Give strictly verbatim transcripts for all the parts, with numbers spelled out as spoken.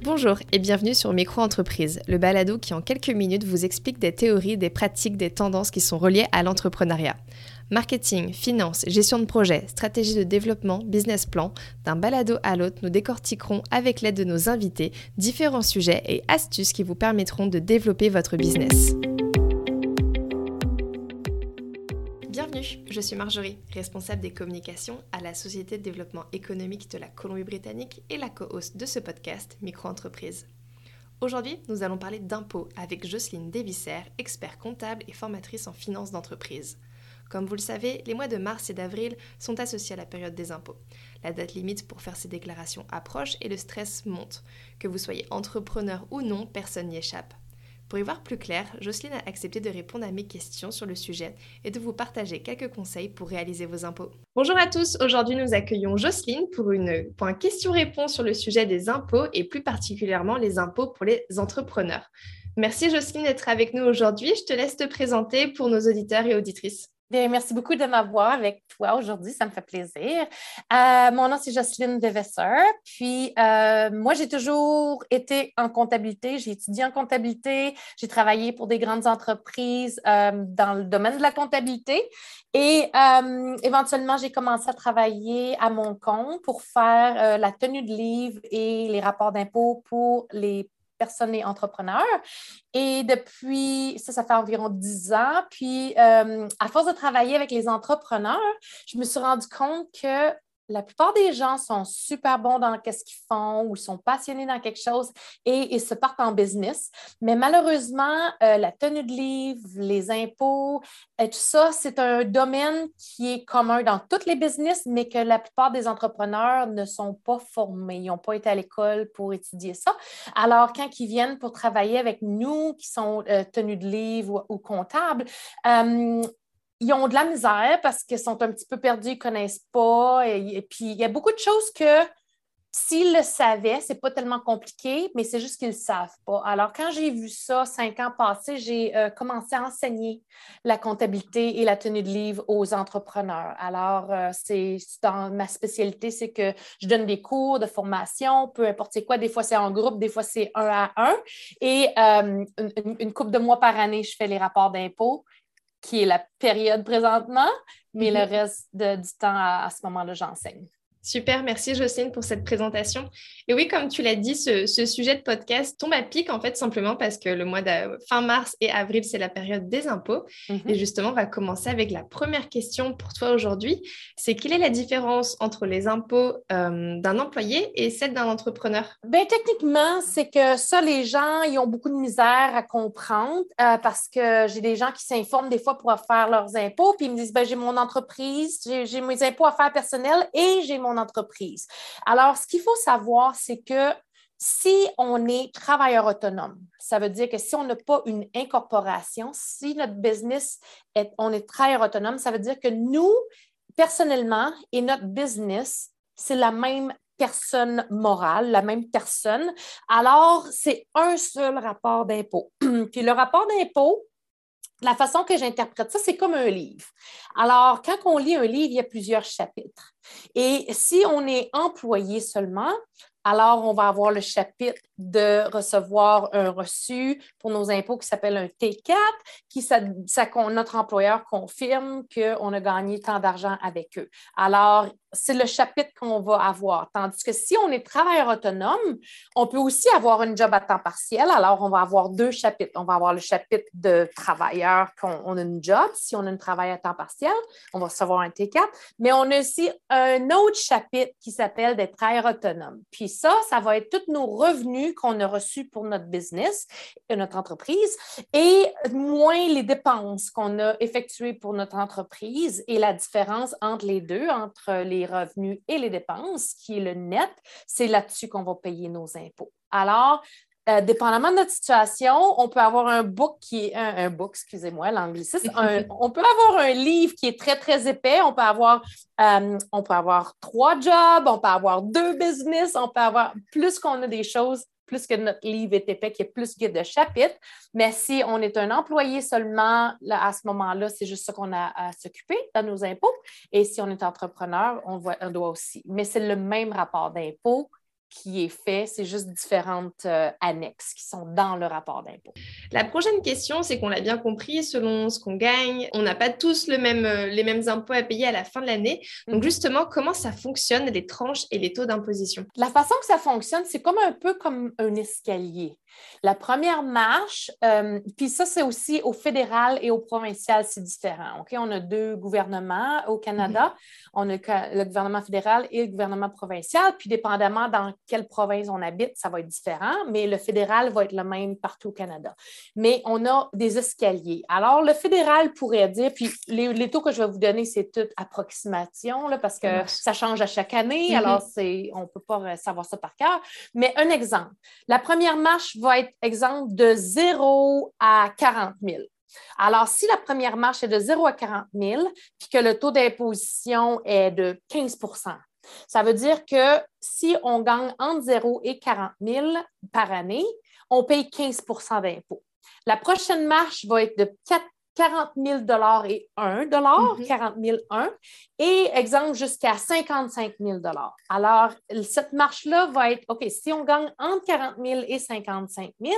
Bonjour et bienvenue sur Micro-entreprise, le balado qui en quelques minutes vous explique des théories, des pratiques, des tendances qui sont reliées à l'entrepreneuriat. Marketing, finance, gestion de projet, stratégie de développement, business plan, d'un balado à l'autre, nous décortiquerons avec l'aide de nos invités différents sujets et astuces qui vous permettront de développer votre business. Bienvenue, je suis Marjorie, responsable des communications à la Société de développement économique de la Colombie-Britannique et la co-host de ce podcast Micro-entreprise. Aujourd'hui, nous allons parler d'impôts avec Jocelyne Dévisser, expert comptable et formatrice en finance d'entreprise. Comme vous le savez, les mois de mars et d'avril sont associés à la période des impôts. La date limite pour faire ces déclarations approche et le stress monte. Que vous soyez entrepreneur ou non, personne n'y échappe. Pour y voir plus clair, Jocelyne a accepté de répondre à mes questions sur le sujet et de vous partager quelques conseils pour réaliser vos impôts. Bonjour à tous, aujourd'hui nous accueillons Jocelyne pour, une, pour un question-réponse sur le sujet des impôts et plus particulièrement les impôts pour les entrepreneurs. Merci Jocelyne d'être avec nous aujourd'hui, je te laisse te présenter pour nos auditeurs et auditrices. Bien, merci beaucoup de m'avoir avec toi aujourd'hui, ça me fait plaisir. Euh, mon nom, c'est Jocelyne Dévisser. Puis, euh, moi, j'ai toujours été en comptabilité. J'ai étudié en comptabilité. J'ai travaillé pour des grandes entreprises euh, dans le domaine de la comptabilité. Et euh, éventuellement, j'ai commencé à travailler à mon compte pour faire euh, la tenue de livre et les rapports d'impôts pour les personnes et entrepreneurs. Et depuis, ça, ça fait environ dix ans. Puis, euh, à force de travailler avec les entrepreneurs, je me suis rendu compte que la plupart des gens sont super bons dans ce qu'ils font ou sont passionnés dans quelque chose et ils se partent en business. Mais malheureusement, euh, la tenue de livre, les impôts, et tout ça, c'est un domaine qui est commun dans tous les business, mais que la plupart des entrepreneurs ne sont pas formés. Ils n'ont pas été à l'école pour étudier ça. Alors, quand ils viennent pour travailler avec nous, qui sont euh, tenus de livre ou, ou comptables, euh, ils ont de la misère parce qu'ils sont un petit peu perdus, ils ne connaissent pas. Et, et puis, il y a beaucoup de choses que s'ils le savaient, ce n'est pas tellement compliqué, mais c'est juste qu'ils ne le savent pas. Alors, quand j'ai vu ça cinq ans passés, j'ai euh, commencé à enseigner la comptabilité et la tenue de livre aux entrepreneurs. Alors, euh, c'est dans ma spécialité, c'est que je donne des cours de formation, peu importe c'est quoi. Des fois, c'est en groupe, des fois, c'est un à un. Et euh, une, une couple de mois par année, je fais les rapports d'impôts, qui est la période présentement, mais mm-hmm. le reste de, du temps, à, à ce moment-là, j'enseigne. Super, merci Jocelyne pour cette présentation. Et oui, comme tu l'as dit, ce, ce sujet de podcast tombe à pic en fait simplement parce que le mois de fin mars et avril, c'est la période des impôts. Mm-hmm. Et justement, on va commencer avec la première question pour toi aujourd'hui. C'est quelle est la différence entre les impôts euh, d'un employé et celle d'un entrepreneur? Bien, techniquement, c'est que ça, les gens, ils ont beaucoup de misère à comprendre euh, parce que j'ai des gens qui s'informent des fois pour faire leurs impôts, puis ils me disent, ben j'ai mon entreprise, j'ai, j'ai mes impôts à faire personnels et j'ai mon entreprise. Alors, ce qu'il faut savoir, c'est que si on est travailleur autonome, ça veut dire que si on n'a pas une incorporation, si notre business, est, on est travailleur autonome, ça veut dire que nous, personnellement, et notre business, c'est la même personne morale, la même personne. Alors, c'est un seul rapport d'impôt. Puis le rapport d'impôt, la façon que j'interprète ça, c'est comme un livre. Alors, quand on lit un livre, il y a plusieurs chapitres. Et si on est employé seulement, alors on va avoir le chapitre de recevoir un reçu pour nos impôts qui s'appelle un T quatre, qui ça, ça, notre employeur confirme qu'on a gagné tant d'argent avec eux. Alors, c'est le chapitre qu'on va avoir. Tandis que si on est travailleur autonome, on peut aussi avoir une job à temps partiel. Alors, on va avoir deux chapitres. On va avoir le chapitre de travailleur qu'on on a une job. Si on a un travail à temps partiel, on va recevoir un T quatre. Mais on a aussi un autre chapitre qui s'appelle des travailleurs autonomes. Puis ça, ça va être tous nos revenus qu'on a reçus pour notre business, notre entreprise, et moins les dépenses qu'on a effectuées pour notre entreprise. Et la différence entre les deux, entre les revenus et les dépenses, qui est le net, c'est là-dessus qu'on va payer nos impôts. Alors, Euh, dépendamment de notre situation, on peut avoir un book qui est un, un book, excusez-moi, l'anglicisme. Un, on peut avoir un livre qui est très, très épais. On peut avoir, euh, on peut avoir trois jobs, on peut avoir deux business, on peut avoir plus qu'on a des choses, plus que notre livre est épais, qu'il y a plus de chapitres. Mais si on est un employé seulement, là, à ce moment-là, c'est juste ça qu'on a à s'occuper dans nos impôts. Et si on est entrepreneur, on, voit, on doit aussi. Mais c'est le même rapport d'impôt qui est fait, c'est juste différentes euh, annexes qui sont dans le rapport d'impôt. La prochaine question, c'est qu'on l'a bien compris, selon ce qu'on gagne, on n'a pas tous le même, euh, les mêmes impôts à payer à la fin de l'année. Donc justement, comment ça fonctionne, les tranches et les taux d'imposition? La façon que ça fonctionne, c'est comme un peu comme un escalier. La première marche, euh, puis ça, c'est aussi au fédéral et au provincial, c'est différent. OK? On a deux gouvernements au Canada. Mm-hmm. On a le gouvernement fédéral et le gouvernement provincial. Puis, dépendamment dans quelle province on habite, ça va être différent, mais le fédéral va être le même partout au Canada. Mais on a des escaliers. Alors, le fédéral pourrait dire, puis les, les taux que je vais vous donner, c'est toute approximation, là, parce que mm-hmm. ça change à chaque année. Mm-hmm. Alors, c'est, on ne peut pas savoir ça par cœur. Mais un exemple. La première marche va être, exemple, de zéro à quarante mille. Alors, si la première marche est de zéro à quarante mille, puis que le taux d'imposition est de quinze pour cent, ça veut dire que si on gagne entre zéro et quarante mille par année, on paye quinze pour cent d'impôt. La prochaine marche va être de quarante mille dollars et un dollar, mm-hmm. quarante mille un, et exemple jusqu'à cinquante-cinq mille dollars. Alors, cette marche-là va être, OK, si on gagne entre quarante mille et cinquante-cinq mille,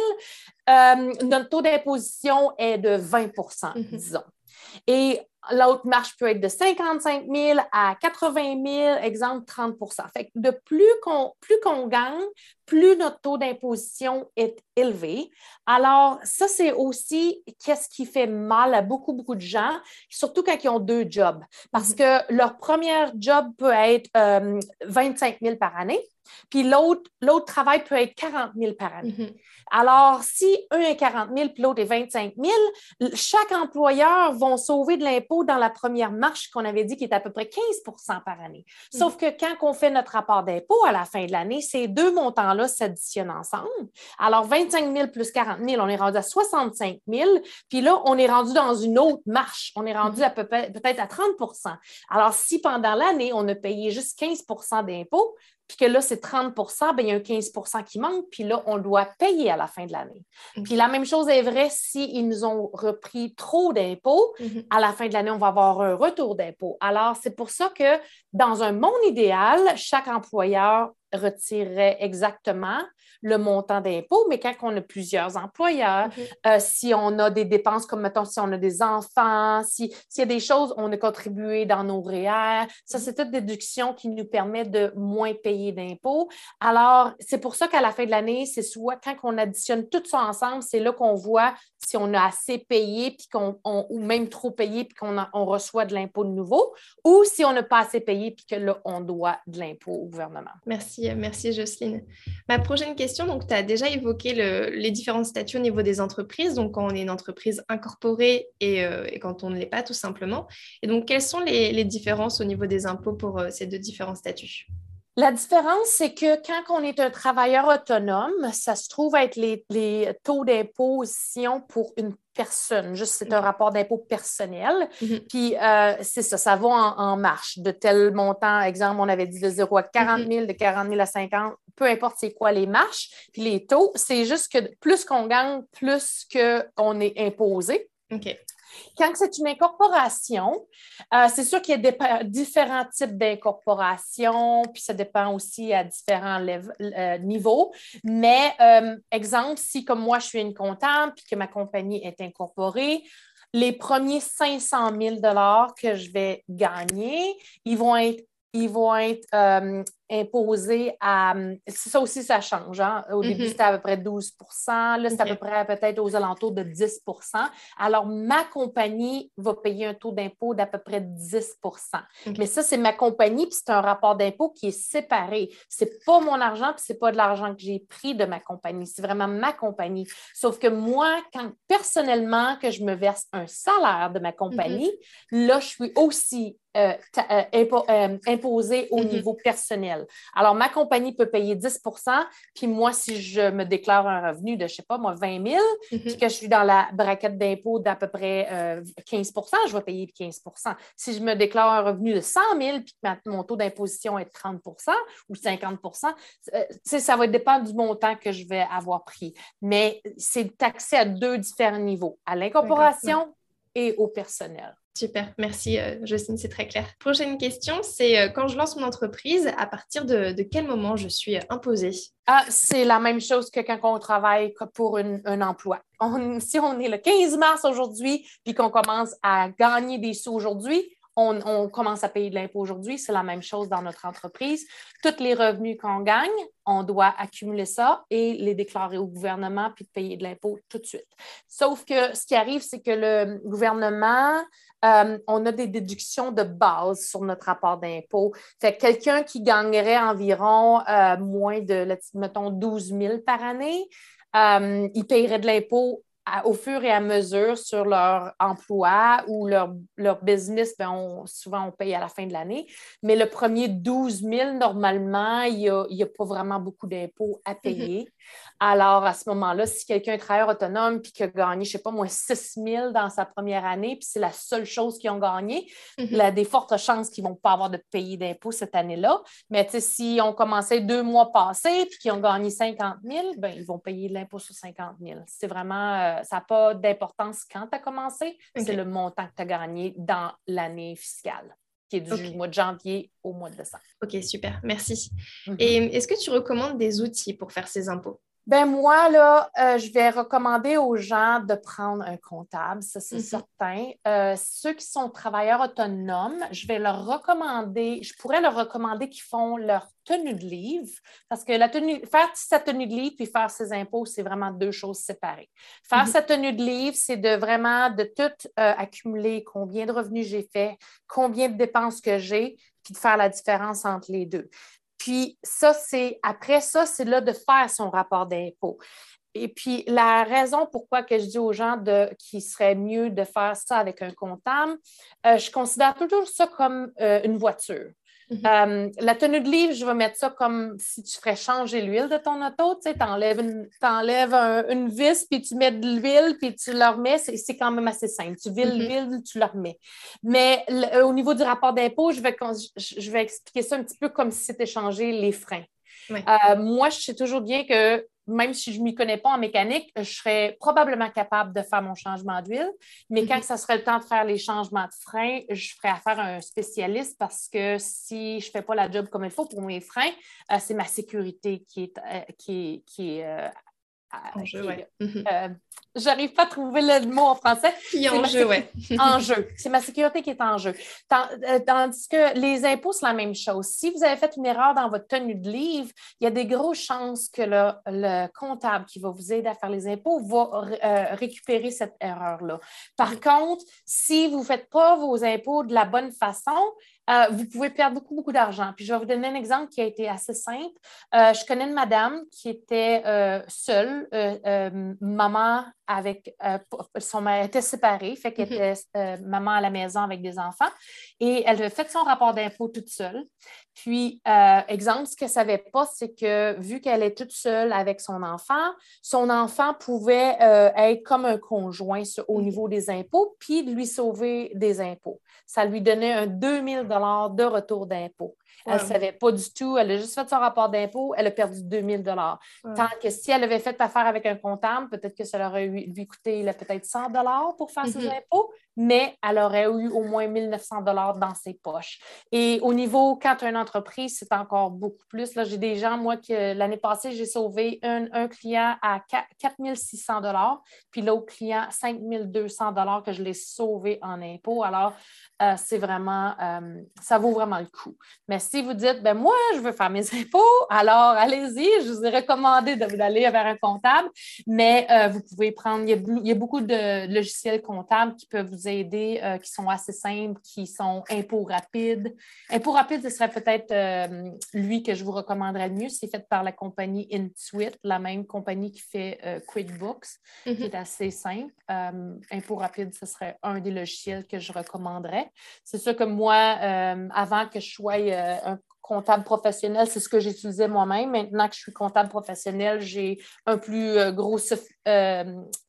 euh, notre taux d'imposition est de vingt pour cent, mm-hmm. disons. Et l'autre marche peut être de cinquante-cinq mille à quatre-vingt mille, exemple trente pour cent. Fait que de plus qu'on, plus qu'on gagne, plus notre taux d'imposition est élevé. Alors, ça, c'est aussi qu'est-ce qui fait mal à beaucoup, beaucoup de gens, surtout quand ils ont deux jobs. Parce que leur premier job peut être euh, vingt-cinq mille par année, puis l'autre, l'autre travail peut être quarante mille par année. Mm-hmm. Alors, si un est quarante mille puis l'autre est vingt-cinq mille, chaque employeur va sauver de l'impôt dans la première marche qu'on avait dit qui est à peu près quinze pour cent par année. Sauf mm-hmm. que quand on fait notre rapport d'impôt à la fin de l'année, ces deux montants-là s'additionnent ensemble. Alors, vingt-cinq mille plus quarante mille, on est rendu à soixante-cinq mille, puis là, on est rendu dans une autre marche. On est rendu mm-hmm. à peu près, peut-être à trente pour cent. Alors, si pendant l'année, on a payé juste quinze pour cent d'impôt, puis que là, c'est trente pour cent, bien, il y a un quinze pour cent qui manque, puis là, on doit payer à la fin de l'année. Mm-hmm. Puis la même chose est vraie s'ils nous ont repris trop d'impôts. Mm-hmm. À la fin de l'année, on va avoir un retour d'impôts. Alors, c'est pour ça que dans un monde idéal, chaque employeur retirerait exactement le montant d'impôt, mais quand on a plusieurs employeurs, mm-hmm. euh, si on a des dépenses comme, mettons, si on a des enfants, si, s'il y a des choses, on a contribué dans nos R E E R, ça, c'est toute déduction qui nous permet de moins payer d'impôts. Alors, c'est pour ça qu'à la fin de l'année, c'est soit quand on additionne tout ça ensemble, c'est là qu'on voit si on a assez payé, puis qu'on, on, ou même trop payé, puis qu'on a, on reçoit de l'impôt de nouveau, ou si on n'a pas assez payé, puis que là, on doit de l'impôt au gouvernement. Merci, merci Jocelyne. Ma prochaine question, donc tu as déjà évoqué le, les différents statuts au niveau des entreprises, donc quand on est une entreprise incorporée et, euh, et quand on ne l'est pas tout simplement. Et donc, quelles sont les, les différences au niveau des impôts pour euh, ces deux différents statuts? La différence, c'est que quand on est un travailleur autonome, ça se trouve être les, les taux d'imposition pour une personne. Juste, c'est un rapport d'impôt personnel. Mm-hmm. Puis, euh, c'est ça, ça va en, en marche. De tel montant, exemple, on avait dit de zéro à quarante mille, mm-hmm. de quarante mille à cinquante, peu importe c'est quoi les marches. Puis les taux, c'est juste que plus qu'on gagne, plus qu'on est imposé. OK. Quand c'est une incorporation, euh, c'est sûr qu'il y a des, différents types d'incorporation, puis ça dépend aussi à différents level, euh, niveaux. Mais, euh, exemple, si comme moi, je suis une comptable puis que ma compagnie est incorporée, les premiers cinq cent mille dollars que je vais gagner, ils vont être ils vont être euh, imposés à... Ça aussi, ça change. Hein? Au mm-hmm. début, c'était à peu près douze pour cent. Là, c'est okay. à peu près peut-être aux alentours de dix pour cent. Alors, ma compagnie va payer un taux d'impôt d'à peu près dix pour cent. Okay. Mais ça, c'est ma compagnie, puis c'est un rapport d'impôt qui est séparé. C'est pas mon argent, puis c'est pas de l'argent que j'ai pris de ma compagnie. C'est vraiment ma compagnie. Sauf que moi, quand personnellement, que je me verse un salaire de ma compagnie, mm-hmm. là, je suis aussi Euh, euh, impo, euh, imposé au mm-hmm. niveau personnel. Alors, ma compagnie peut payer dix pour cent, puis moi, si je me déclare un revenu de, je ne sais pas, moi, vingt mille, mm-hmm. puis que je suis dans la braquette d'impôt d'à peu près euh, quinze pour cent, je vais payer quinze pour cent. Si je me déclare un revenu de cent mille, puis que ma, mon taux d'imposition est trente pour cent ou cinquante pour cent, euh, ça va dépendre du montant que je vais avoir pris. Mais c'est taxé à deux différents niveaux, à l'incorporation D'accord. et au personnel. Super, merci euh, Jocelyne, c'est très clair. Prochaine question, c'est euh, quand je lance mon entreprise, à partir de, de quel moment je suis euh, imposée? Ah, c'est la même chose que quand on travaille pour une- un emploi. On- si on est le quinze mars aujourd'hui, puis qu'on commence à gagner des sous aujourd'hui, on, on commence à payer de l'impôt aujourd'hui. C'est la même chose dans notre entreprise. Tous les revenus qu'on gagne, on doit accumuler ça et les déclarer au gouvernement puis de payer de l'impôt tout de suite. Sauf que ce qui arrive, c'est que le gouvernement, euh, on a des déductions de base sur notre rapport d'impôt. Fait que quelqu'un qui gagnerait environ euh, moins de, mettons, douze mille par année, euh, il paierait de l'impôt à, au fur et à mesure sur leur emploi ou leur, leur business. Bien, on, souvent, on paye à la fin de l'année. Mais le premier douze mille, normalement, il n'y a, a, pas vraiment beaucoup d'impôts à payer. Mm-hmm. Alors, à ce moment-là, si quelqu'un est travailleur autonome puis qui a gagné, je ne sais pas, moi, six mille dans sa première année, puis c'est la seule chose qu'ils ont gagné, mm-hmm. il y a des fortes chances qu'ils ne vont pas avoir de payer d'impôts cette année-là. Mais si on commençait deux mois passés puis qu'ils ont gagné cinquante mille, bien, ils vont payer de l'impôt sur cinquante mille. C'est vraiment, euh, ça n'a pas d'importance quand tu as commencé, okay. C'est le montant que tu as gagné dans l'année fiscale, qui est du okay. mois de janvier au mois de décembre. OK, super, merci. Mm-hmm. Et est-ce que tu recommandes des outils pour faire ces impôts? Ben moi, là, euh, je vais recommander aux gens de prendre un comptable, ça c'est mm-hmm. certain. Euh, ceux qui sont travailleurs autonomes, je vais leur recommander, je pourrais leur recommander qu'ils font leur tenue de livre, parce que la tenue, faire sa tenue de livre puis faire ses impôts, c'est vraiment deux choses séparées. Faire mm-hmm. sa tenue de livre, c'est de vraiment de tout euh, accumuler, combien de revenus j'ai fait, combien de dépenses que j'ai, puis de faire la différence entre les deux. Puis ça, c'est après ça, c'est là de faire son rapport d'impôt. Et puis, la raison pourquoi que je dis aux gens de, qu'il serait mieux de faire ça avec un comptable, euh, je considère toujours ça comme euh, une voiture. Mm-hmm. Euh, la tenue de livre, je vais mettre ça comme si tu ferais changer l'huile de ton auto. Tu sais, t'enlèves une, t'enlèves un, une vis, puis tu mets de l'huile, puis tu la remets. C'est, c'est quand même assez simple. Tu viles mm-hmm. l'huile, tu la remets. Mais le, au niveau du rapport d'impôt, je vais, je, je vais expliquer ça un petit peu comme si c'était changer les freins. Oui. Euh, moi, je sais toujours bien que même si je ne m'y connais pas en mécanique, je serais probablement capable de faire mon changement d'huile. Mais mm-hmm. quand ça serait le temps de faire les changements de frein, je ferais affaire à un spécialiste parce que si je ne fais pas la job comme il faut pour mes freins, euh, c'est ma sécurité qui est, euh, qui est, qui est euh, en jeu, ouais. euh, j'arrive pas à trouver le mot en français. Qui est en jeu, sécu... ouais. en jeu. C'est ma sécurité qui est en jeu. Tandis que les impôts, c'est la même chose. Si vous avez fait une erreur dans votre tenue de livre, il y a des grosses chances que le, le comptable qui va vous aider à faire les impôts va euh, récupérer cette erreur-là. Par mm-hmm. contre, si vous ne faites pas vos impôts de la bonne façon, Euh, vous pouvez perdre beaucoup, beaucoup d'argent. Puis je vais vous donner un exemple qui a été assez simple. Euh, je connais une madame qui était euh, seule, euh, euh, maman avec euh, son mari était séparée, fait qu'elle mm-hmm. était euh, maman à la maison avec des enfants. Et elle a fait son rapport d'impôt toute seule. Puis, euh, exemple, ce qu'elle ne savait pas, c'est que vu qu'elle est toute seule avec son enfant, son enfant pouvait euh, être comme un conjoint sur, au niveau des impôts, puis lui sauver des impôts. Ça lui donnait un deux mille dollars de retour d'impôt. Elle ne wow. savait pas du tout. Elle a juste fait son rapport d'impôt. Elle a perdu deux mille dollars. Wow. Tant que si elle avait fait affaire avec un comptable, peut-être que ça leur aurait lui coûté là, peut-être cent dollars pour faire mm-hmm. ses impôts, mais elle aurait eu au moins mille neuf cents dollars dans ses poches. Et au niveau, quand tu as une entreprise, c'est encore beaucoup plus. Là, j'ai des gens, moi, que l'année passée, j'ai sauvé un, un client à quatre mille six cents dollars, puis l'autre client, cinq mille deux cents dollars que je l'ai sauvé en impôts. Alors, euh, c'est vraiment, euh, ça vaut vraiment le coup. Mais si vous dites, ben moi, je veux faire mes impôts, alors allez-y, je vous ai recommandé d'aller vers un comptable, mais euh, vous pouvez prendre, il y, a, il y a beaucoup de logiciels comptables qui peuvent vous aider, euh, qui sont assez simples, qui sont Impôts Rapides. Impôts Rapides, ce serait peut-être euh, lui que je vous recommanderais le mieux. C'est fait par la compagnie Intuit, la même compagnie qui fait euh, QuickBooks, mm-hmm. qui est assez simple. Euh, Impôts Rapides, ce serait un des logiciels que je recommanderais. C'est sûr que moi, euh, avant que je sois euh, un comptable professionnel, c'est ce que j'utilisais moi-même. Maintenant que je suis comptable professionnel, j'ai un plus euh, gros euh,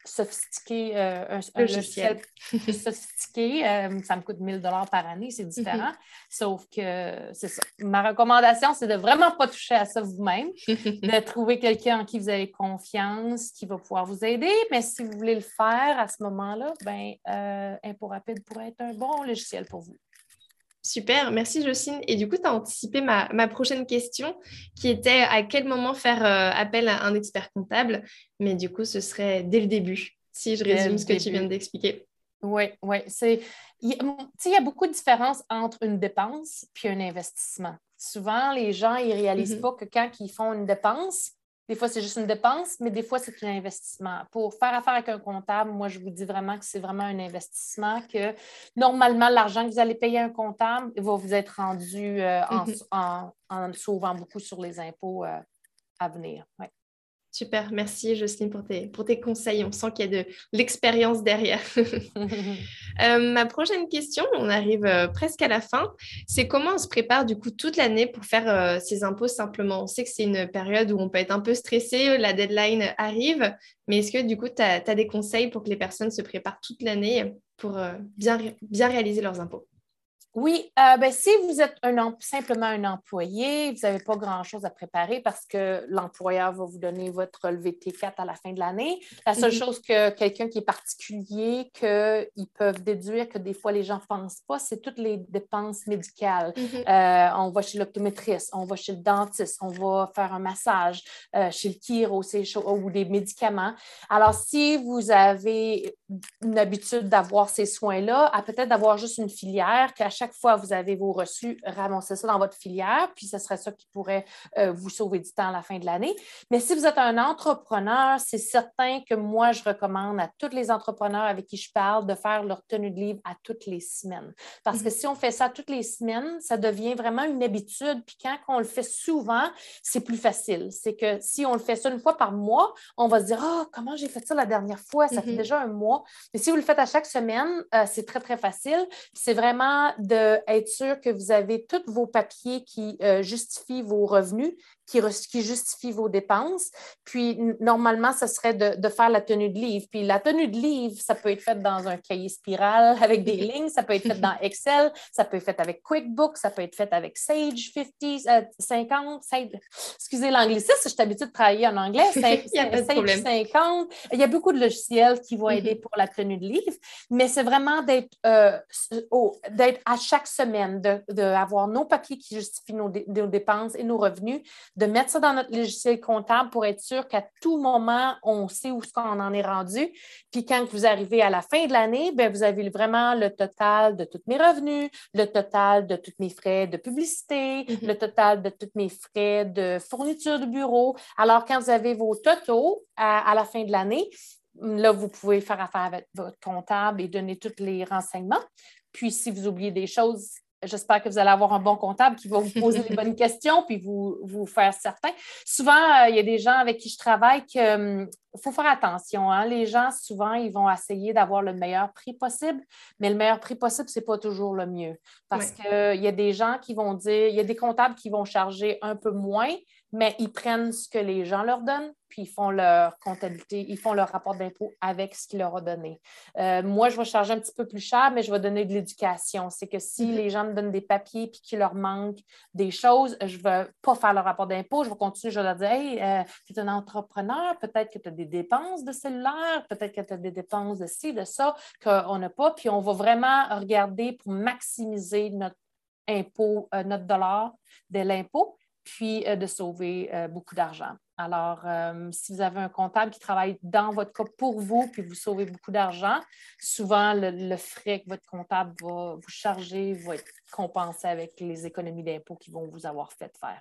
sophistiqué, euh, un, un logiciel, logiciel sophistiqué, euh, ça me coûte mille dollars par année, c'est différent. Mm-hmm. Sauf que c'est ça. Ma recommandation, c'est de vraiment pas toucher à ça vous-même, de trouver quelqu'un en qui vous avez confiance, qui va pouvoir vous aider. Mais si vous voulez le faire à ce moment-là, ben, euh, Impôt Rapide pourrait être un bon logiciel pour vous. Super, merci Jocelyne. Et du coup, tu as anticipé ma, ma prochaine question qui était à quel moment faire euh, appel à un expert comptable. Mais du coup, ce serait dès le début, si je résume ce que début. Tu viens d'expliquer. Oui, oui. C'est... Il, il y a beaucoup de différence entre une dépense et un investissement. Souvent, les gens ne réalisent mm-hmm. pas que quand ils font une dépense, des fois, c'est juste une dépense, mais des fois, c'est un investissement. Pour faire affaire avec un comptable, moi, je vous dis vraiment que c'est vraiment un investissement, que normalement, l'argent que vous allez payer à un comptable va vous être rendu euh, mm-hmm. en, en, en sauvant beaucoup sur les impôts euh, à venir. Ouais. Super, merci Jocelyne pour tes, pour tes conseils. On sent qu'il y a de l'expérience derrière. euh, ma prochaine question, on arrive euh, presque à la fin, c'est comment on se prépare du coup toute l'année pour faire euh, ses impôts simplement. On sait que c'est une période où on peut être un peu stressé, la deadline arrive, mais est-ce que du coup tu as des conseils pour que les personnes se préparent toute l'année pour euh, bien, bien réaliser leurs impôts? Oui, euh, ben, si vous êtes un, simplement un employé, vous n'avez pas grand-chose à préparer parce que l'employeur va vous donner votre relevé T quatre à la fin de l'année. La seule mm-hmm. chose que quelqu'un qui est particulier, qu'ils peuvent déduire que des fois les gens ne pensent pas, c'est toutes les dépenses médicales. Mm-hmm. Euh, on va chez l'optométriste, on va chez le dentiste, on va faire un massage, euh, chez le chiro ou des médicaments. Alors, si vous avez une habitude d'avoir ces soins-là, à peut-être d'avoir juste une filière qu'à chaque Chaque fois vous avez vos reçus, ramassez ça dans votre filière, puis ce serait ça qui pourrait euh, vous sauver du temps à la fin de l'année. Mais si vous êtes un entrepreneur, c'est certain que moi, je recommande à tous les entrepreneurs avec qui je parle de faire leur tenue de livre à toutes les semaines. Parce que mm-hmm. si on fait ça toutes les semaines, ça devient vraiment une habitude. Puis quand on le fait souvent, c'est plus facile. C'est que si on le fait ça une fois par mois, on va se dire « Ah, oh, comment j'ai fait ça la dernière fois? Ça mm-hmm. fait déjà un mois. » Mais si vous le faites à chaque semaine, euh, c'est très, très facile. Puis c'est vraiment de être sûr que vous avez tous vos papiers qui euh, justifient vos revenus, qui, qui justifient vos dépenses. Puis, normalement, ce serait de, de faire la tenue de livre. Puis, la tenue de livre, ça peut être fait dans un cahier spiral avec des lignes, ça peut être fait dans Excel, ça peut être fait avec QuickBooks, ça peut être fait avec Sage cinquante, euh, cinquante, Sage, excusez l'anglicisme, je suis habituée de travailler en anglais, Sage, Il y a pas de Sage cinquante. Il y a beaucoup de logiciels qui vont aider mm-hmm. pour la tenue de livre, mais c'est vraiment d'être, euh, oh, d'être à chaque semaine, d'avoir nos papiers qui justifient nos, dé, nos dépenses et nos revenus, de mettre ça dans notre logiciel comptable pour être sûr qu'à tout moment, on sait où on en est rendu. Puis quand vous arrivez à la fin de l'année, bien, vous avez vraiment le total de tous mes revenus, le total de tous mes frais de publicité, mm-hmm. le total de tous mes frais de fourniture de bureau. Alors, quand vous avez vos totaux à, à la fin de l'année, là, vous pouvez faire affaire avec votre comptable et donner tous les renseignements. Puis, si vous oubliez des choses, j'espère que vous allez avoir un bon comptable qui va vous poser les bonnes questions puis vous, vous faire certain. Souvent, euh, il y a des gens avec qui je travaille qu'il euh, faut faire attention. Hein? Les gens, souvent, ils vont essayer d'avoir le meilleur prix possible, mais le meilleur prix possible, ce n'est pas toujours le mieux. Parce oui. qu'il y a des gens qui vont dire, il y a des comptables qui vont charger un peu moins, mais ils prennent ce que les gens leur donnent, puis ils font leur comptabilité, ils font leur rapport d'impôt avec ce qu'ils leur ont donné. Euh, moi, je vais charger un petit peu plus cher, mais je vais donner de l'éducation. C'est que si mm-hmm. les gens me donnent des papiers puis qu'il leur manque des choses, je ne vais pas faire leur rapport d'impôt. Je vais continuer, je vais leur dire, hey, euh, tu es un entrepreneur, peut-être que tu as des dépenses de cellulaire, peut-être que tu as des dépenses de ci, de ça, qu'on n'a pas. Puis on va vraiment regarder pour maximiser notre impôt, euh, notre dollar de l'impôt, puis euh, de sauver euh, beaucoup d'argent. Alors, euh, si vous avez un comptable qui travaille dans votre cas pour vous, puis vous sauvez beaucoup d'argent, souvent, le, le frais que votre comptable va vous charger va être compensé avec les économies d'impôts qu'ils vont vous avoir fait faire.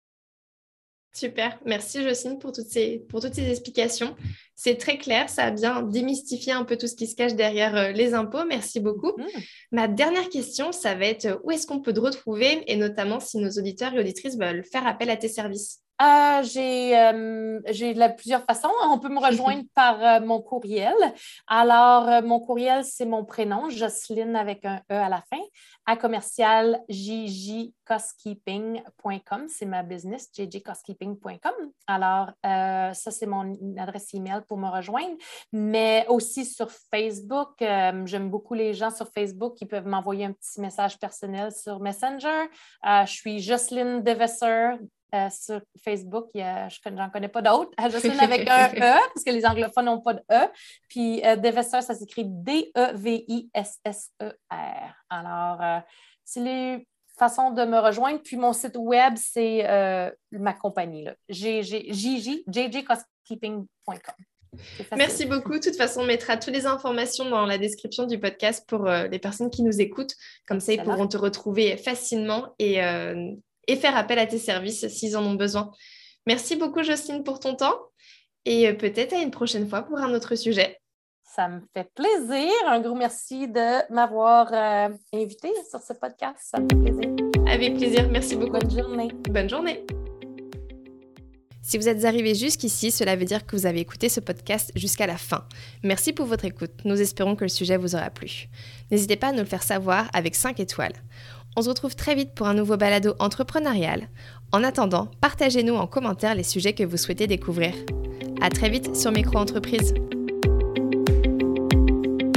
Super. Merci Jocelyne pour toutes ces, pour toutes ces explications. C'est très clair, ça a bien démystifié un peu tout ce qui se cache derrière euh, les impôts. Merci beaucoup. Mmh. Ma dernière question, ça va être où est-ce qu'on peut te retrouver et notamment si nos auditeurs et auditrices veulent faire appel à tes services? Euh, j'ai, euh, j'ai de la- plusieurs façons. On peut me rejoindre par euh, mon courriel. Alors, euh, mon courriel, c'est mon prénom, Jocelyne avec un E à la fin, à commercial j j coskeeping point com. C'est ma business, j j coskeeping point com. Alors, euh, ça, c'est mon adresse email pour me rejoindre. Mais aussi sur Facebook, euh, j'aime beaucoup les gens sur Facebook qui peuvent m'envoyer un petit message personnel sur Messenger. Euh, je suis Jocelyne Devesser. Euh, sur Facebook, il y a, je n'en connais pas d'autres. Jocelyne avec un E, parce que les anglophones n'ont pas de E. Puis euh, Devesser, ça s'écrit D E V I S S E R. Alors, euh, c'est les façons de me rejoindre. Puis mon site web, c'est euh, ma compagnie, là. J J coskeeping point com. Merci beaucoup. De toute façon, on mettra toutes les informations dans la description du podcast pour euh, les personnes qui nous écoutent. Comme ça, ils pourront te retrouver facilement et, euh, et faire appel à tes services s'ils en ont besoin. Merci beaucoup, Jocelyne, pour ton temps et euh, peut-être à une prochaine fois pour un autre sujet. Ça me fait plaisir. Un gros merci de m'avoir euh, invité sur ce podcast. Ça me fait plaisir. Avec plaisir. Merci beaucoup. Bonne journée. Bonne journée. Si vous êtes arrivé jusqu'ici, cela veut dire que vous avez écouté ce podcast jusqu'à la fin. Merci pour votre écoute. Nous espérons que le sujet vous aura plu. N'hésitez pas à nous le faire savoir avec cinq étoiles. On se retrouve très vite pour un nouveau balado entrepreneurial. En attendant, partagez-nous en commentaire les sujets que vous souhaitez découvrir. À très vite sur Micro-Entreprise.